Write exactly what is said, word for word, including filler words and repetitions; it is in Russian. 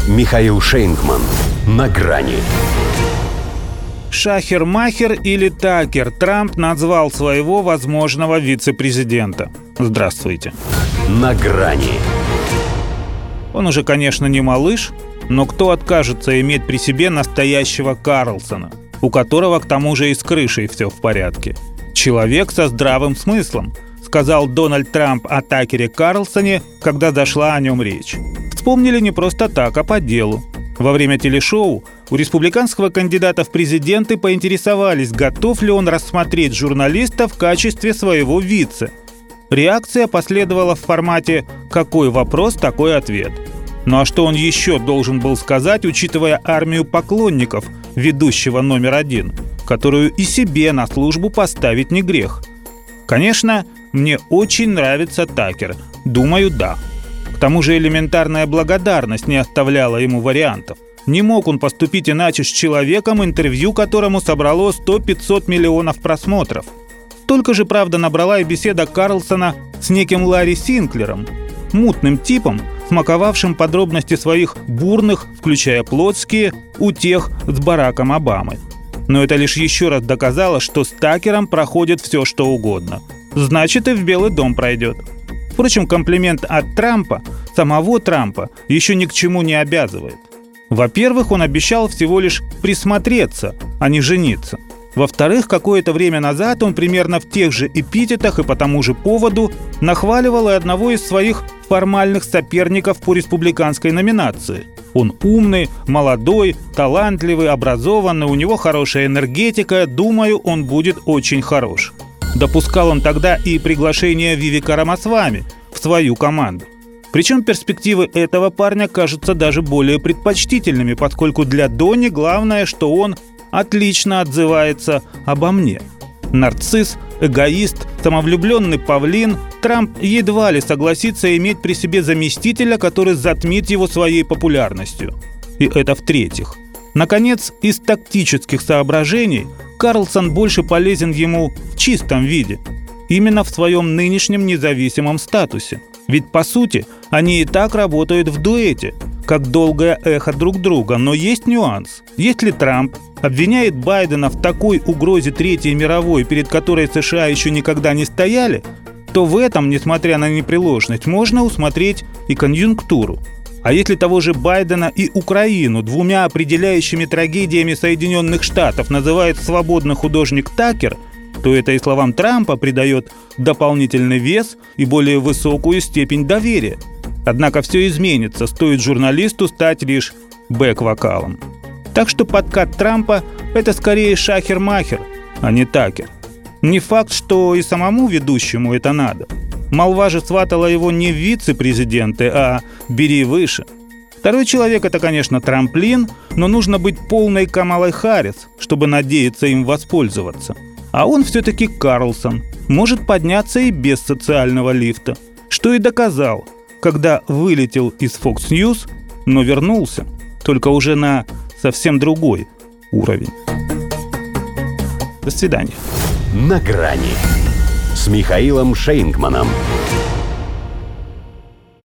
Михаил Шейнгман. На грани. Шахер-махер или Такер, Трамп назвал своего возможного вице-президента. Здравствуйте. На грани. Он уже, конечно, не малыш, но кто откажется иметь при себе настоящего Карлсона, у которого к тому же и с крышей все в порядке? Человек со здравым смыслом, сказал Дональд Трамп о Такере Карлсоне, когда зашла о нем речь. Вспомнили не просто так, а по делу. Во время телешоу у республиканского кандидата в президенты поинтересовались, готов ли он рассмотреть журналиста в качестве своего вице. Реакция последовала в формате «какой вопрос, такой ответ». Ну а что он еще должен был сказать, учитывая армию поклонников ведущего номер один, которую и себе на службу поставить не грех? Конечно, мне очень нравится Такер. Думаю, да. К тому же элементарная благодарность не оставляла ему вариантов. Не мог он поступить иначе с человеком, интервью которому собрало сто-пятьсот миллионов просмотров. Только же, правда, набрала и беседа Карлсона с неким Ларри Синклером, мутным типом, смаковавшим подробности своих бурных, включая плотские, утех с Бараком Обамой. Но это лишь еще раз доказало, что с Такером проходит все, что угодно. Значит, и в Белый дом пройдет. Впрочем, комплимент от Трампа, самого Трампа, еще ни к чему не обязывает. Во-первых, он обещал всего лишь присмотреться, а не жениться. Во-вторых, какое-то время назад он примерно в тех же эпитетах и по тому же поводу нахваливал и одного из своих формальных соперников по республиканской номинации. Он умный, молодой, талантливый, образованный, у него хорошая энергетика, думаю, он будет очень хорош. Допускал он тогда и приглашение Вивека Рамасвами в свою команду. Причем перспективы этого парня кажутся даже более предпочтительными, поскольку для Дони главное, что он отлично отзывается обо мне. Нарцисс, эгоист, самовлюбленный павлин, Трамп едва ли согласится иметь при себе заместителя, который затмит его своей популярностью. И это в-третьих. Наконец, из тактических соображений Карлсон больше полезен ему в чистом виде, именно в своем нынешнем независимом статусе. Ведь, по сути, они и так работают в дуэте, как долгое эхо друг друга. Но есть нюанс. Если Трамп обвиняет Байдена в такой угрозе Третьей мировой, перед которой США еще никогда не стояли, то в этом, несмотря на непреложность, можно усмотреть и конъюнктуру. А если того же Байдена и Украину двумя определяющими трагедиями Соединенных Штатов называет свободный художник Такер, то это и словам Трампа придает дополнительный вес и более высокую степень доверия. Однако все изменится, стоит журналисту стать лишь бэк-вокалом. Так что подкат Трампа – это скорее шахер-махер, а не Такер. Не факт, что и самому ведущему это надо. Молва же сватала его не в вице-президенты, а «бери выше». Второй человек – это, конечно, трамплин, но нужно быть полной Камалой Харрис, чтобы надеяться им воспользоваться. А он все-таки Карлсон, может подняться и без социального лифта, что и доказал, когда вылетел из Fox News, но вернулся, только уже на совсем другой уровень. До свидания. На грани с Михаилом Шейнгманом.